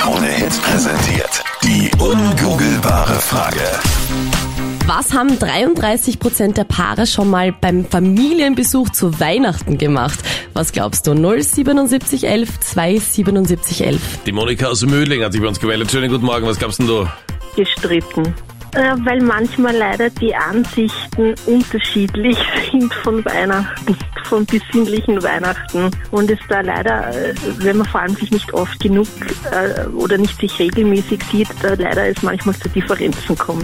Krone-Hit präsentiert. Die ungoogelbare Frage. Was haben 33% der Paare schon mal beim Familienbesuch zu Weihnachten gemacht? Was glaubst du? 07711 27711. Die Monika aus Mödling hat sich bei uns gemeldet. Schönen guten Morgen, was glaubst denn du? Gestritten. Weil manchmal leider die Ansichten unterschiedlich sind von Weihnachten, von besinnlichen Weihnachten. Und es da leider, wenn man vor allem sich nicht oft genug oder nicht sich regelmäßig sieht, da leider es manchmal zu Differenzen kommt.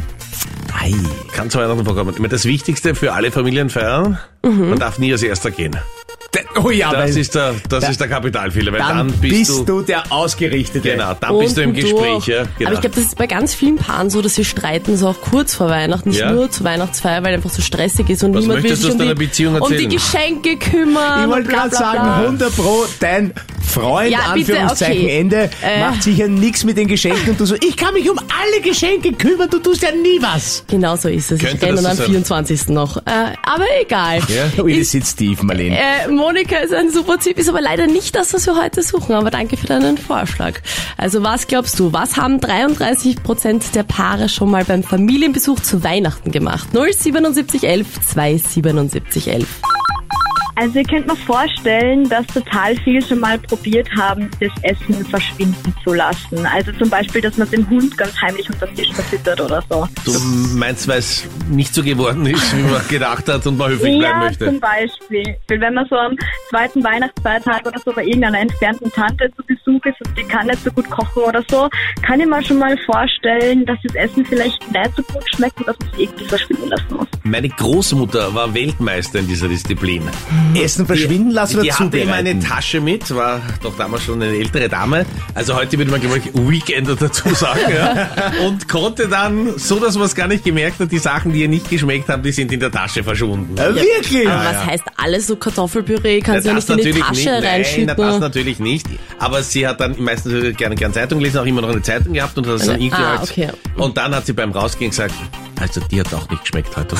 Kann zu Weihnachten vorkommen. Ich meine, das Wichtigste für alle Familienfeiern, man darf nie als Erster gehen. Oh ja, Das ist der Kapitalfehler, weil dann bist du der Ausgerichtete. Genau, dann bist du im Gespräch. Ja, genau. Aber ich glaube, das ist bei ganz vielen Paaren so, dass sie streiten, so auch kurz vor Weihnachten, nicht nur zur Weihnachtsfeier, weil einfach so stressig ist und Was niemand will möchtest sich du aus deiner Beziehung um die erzählen? Geschenke kümmern. Ich wollte gerade sagen, 100 Pro, dein Freund, Ja, bitte, Anführungszeichen, okay. Ende, macht sicher nichts mit den Geschenken und du so, ich kann mich um alle Geschenke kümmern, du tust ja nie was. Genau so ist es. Könnte Ich renne das dann so am sein? 24. noch. Aber egal. Ja? Ui, das sitzt tief, Marlene. Monika ist ein super Tipp, ist aber leider nicht das, was wir heute suchen. Aber danke für deinen Vorschlag. Also was glaubst du, was haben 33% der Paare schon mal beim Familienbesuch zu Weihnachten gemacht? 07711 27711. Also ihr könnt mir vorstellen, dass total viele schon mal probiert haben, das Essen verschwinden zu lassen. Also zum Beispiel, dass man den Hund ganz heimlich unter den Tisch verfüttert oder so. Du meinst, weil es nicht so geworden ist, wie man gedacht hat und man höflich bleiben möchte? Ja, zum Beispiel. Wenn man so am zweiten Weihnachtsfeiertag oder so bei irgendeiner entfernten Tante zu Besuch ist und die kann nicht so gut kochen oder so, kann ich mir schon mal vorstellen, dass das Essen vielleicht nicht so gut schmeckt und dass man es irgendwie verschwinden lassen muss. Meine Großmutter war Weltmeister in dieser Disziplin. Essen verschwinden lassen oder Die hatte immer eine zubereiten? Tasche mit, war doch damals schon eine ältere Dame. Also heute würde man, glaube ich, Weekender dazu sagen. Ja? Und konnte dann, so dass man es gar nicht gemerkt hat, die Sachen, die ihr nicht geschmeckt haben, die sind in der Tasche verschwunden. Wirklich? Aber was heißt alles so Kartoffelpüree? Kannst du ja nicht in die Tasche reinschütten. Nein, das natürlich nicht. Aber sie hat dann meistens gerne Zeitung gelesen, auch immer noch eine Zeitung gehabt und hat es dann irgendwie halt. Okay. Und dann hat sie beim Rausgehen gesagt, also die hat auch nicht geschmeckt heute.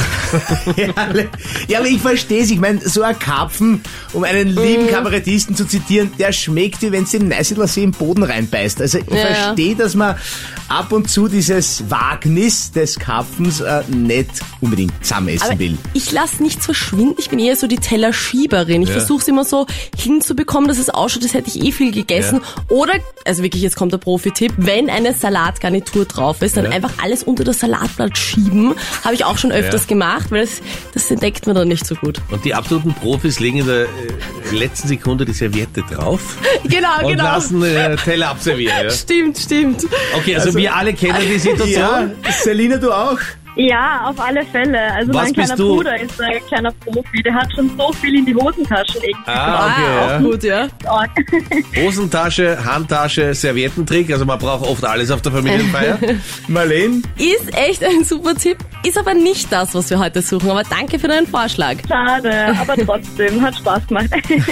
Ja, aber ich verstehe es. Ich meine, so ein Karpfen, um einen lieben Kabarettisten zu zitieren, der schmeckt, wie wenn es den Neusiedlersee im Boden reinbeißt. Also ich verstehe, dass man ab und zu dieses Wagnis des Karpfens nicht unbedingt zusammen essen Aber will. ich lasse nichts verschwinden. Ich bin eher so die Tellerschieberin. Ich versuche es immer so hinzubekommen, dass es ausschaut, als hätte ich viel gegessen. Oder, also wirklich, jetzt kommt der Profi-Tipp, wenn eine Salatgarnitur drauf ist, dann einfach alles unter das Salatblatt schieben. Habe ich auch schon öfters gemacht, weil das entdeckt man dann nicht so gut. Und die absoluten Profis legen in der letzten Sekunde die Serviette drauf Genau, und lassen Teller abservieren. Ja? Stimmt. Okay, also wir alle kennen die Situation. Ja, Selina, du auch? Ja, auf alle Fälle. Also Was mein bist kleiner du? Bruder ist ein kleiner Profi. Der hat schon so viel in die Hosentaschen irgendwie. Auch gut, ja. Hosentasche, Handtasche, Serviettentrick. Also man braucht oft alles auf der Familienfeier. Marlene? Ist echt ein super Tipp. Ist aber nicht das, was wir heute suchen. Aber danke für deinen Vorschlag. Schade, aber trotzdem, hat Spaß gemacht.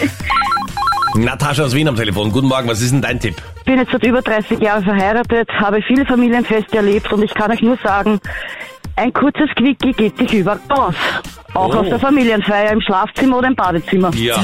Natascha aus Wien am Telefon. Guten Morgen, was ist denn dein Tipp? Ich bin jetzt seit über 30 Jahren verheiratet, habe viele Familienfeste erlebt und ich kann euch nur sagen, ein kurzes Quickie geht sich überall aus. Auch auf der Familienfeier, im Schlafzimmer oder im Badezimmer. Ja,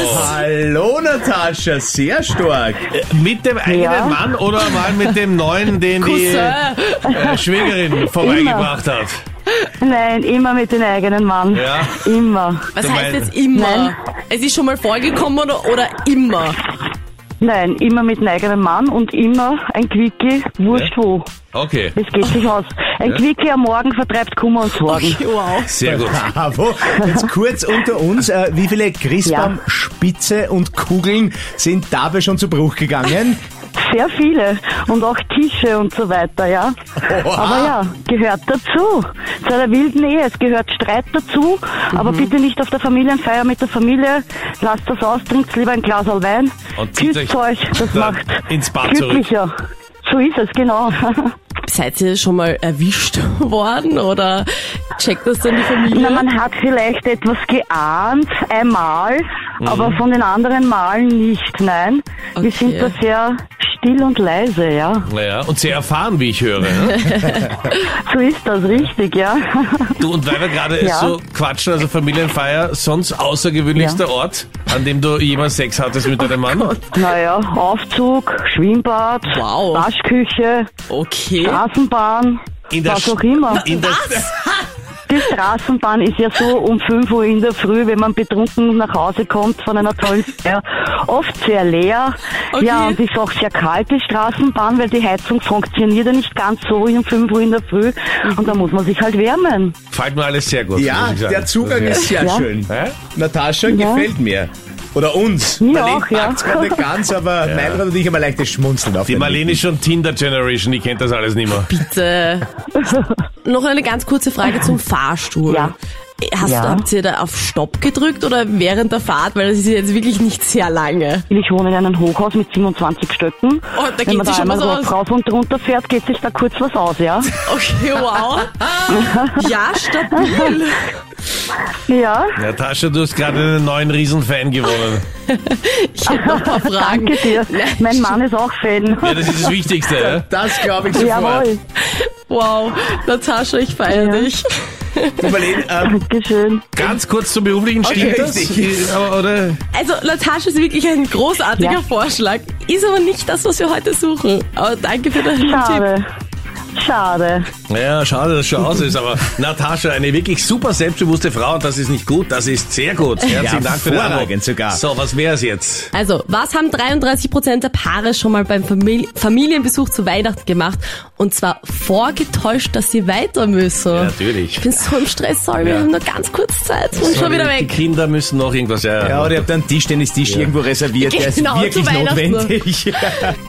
Hallo, Natascha, sehr stark. Mit dem eigenen Ja. Mann oder mal mit dem neuen, den die Schwägerin vorbeigebracht hat? Nein, immer mit dem eigenen Mann. Ja. Immer. Was Du heißt meinst- jetzt immer? Nein. Es ist schon mal vorgekommen oder immer? Nein, immer mit dem eigenen Mann und immer ein Quickie, wurscht wo. Okay, Das geht sich aus. Ein Quickie am Morgen vertreibt Kummer und Sorgen. Wow. sehr gut. Bravo. Jetzt kurz unter uns, wie viele Christbaumspitze und Kugeln sind dabei schon zu Bruch gegangen? Sehr viele. Und auch Tische und so weiter, ja. Aber ja, gehört dazu. Zu einer wilden Ehe. Es gehört Streit dazu. Aber bitte nicht auf der Familienfeier mit der Familie. Lasst das aus, trinkt lieber ein Glas Wein. Und zieht Küsst euch euch. Das dann macht ins Bad zurück. glücklicher. So ist es, genau. Seid ihr schon mal erwischt worden oder checkt das dann die Familie? Na, man hat vielleicht etwas geahnt, einmal, aber von den anderen Malen nicht, nein. Wir Okay. sind da sehr still und leise, ja. Naja, und sehr erfahren, wie ich höre. Ne? So ist das, richtig, ja. Du, und weil wir gerade Ja. so quatschen, also Familienfeier, sonst außergewöhnlichster Ort, an dem du jemals Sex hattest mit deinem Mann? Naja, Aufzug, Schwimmbad, Wow. Waschküche, Okay. Straßenbahn, In der was auch immer. In der Die Straßenbahn ist ja so um 5 Uhr in der Früh, wenn man betrunken nach Hause kommt von einer tollen Feier, oft sehr leer. Okay. Ja, und ist auch sehr kalt, die Straßenbahn, weil die Heizung funktioniert ja nicht ganz so um 5 Uhr in der Früh. Und da muss man sich halt wärmen. Fällt mir alles sehr gut. Ja, muss ich sagen. der Zugang Das ist sehr Ja. schön. Hä? Natascha, Ja. gefällt mir. Oder uns. Mir Marlene auch, ja. packt's gerade nicht ganz, aber Meinrad und ich haben ein leichtes Schmunzeln auf Die den Marlene ist schon Tinder-Generation, die kennt das alles nicht mehr. Bitte. Noch eine ganz kurze Frage zum Fahrstuhl. Ja. Habt ihr da auf Stopp gedrückt oder während der Fahrt? Weil das ist jetzt wirklich nicht sehr lange. Ich wohne in einem Hochhaus mit 27 Stöcken. Oh, da Wenn geht man sich da schon einmal was aus. rauf und runter fährt, geht sich da kurz was aus, ja? Okay, wow. Ja, stabil. Ja, Natascha, du hast gerade einen neuen Riesenfan gewonnen. Ich habe noch ein paar Fragen. danke dir. Mein Mann ist auch Fan. Ja, das ist das Wichtigste. Ja? Das glaube ich sofort. Jawohl, Wow, Natascha, ich feiere Ja. dich. Du, Marlene, Dankeschön. Ganz kurz zum beruflichen, stimmt das? richtig. Oder? Also, Natascha ist wirklich ein großartiger Ja. Vorschlag. Ist aber nicht das, was wir heute suchen. Aber danke für den Tipp. Schade. Schade. Ja, schade, dass es schon aus ist, aber Natascha, eine wirklich super selbstbewusste Frau und das ist nicht gut, das ist sehr gut. Herzlichen Dank für den Anruf. hervorragend sogar. So, was wäre es jetzt? Also, was haben 33% der Paare schon mal beim Familienbesuch zu Weihnachten gemacht? Und zwar vorgetäuscht, dass sie weiter müssen. Ja, natürlich. Ich bin so im Stress, sorry, wir Ja. haben nur ganz kurz Zeit und schon wieder Die weg. Kinder müssen noch irgendwas. Ja, oder ihr habt einen Tischtennistisch irgendwo reserviert, der ist Genau, wirklich zu Weihnachten. notwendig.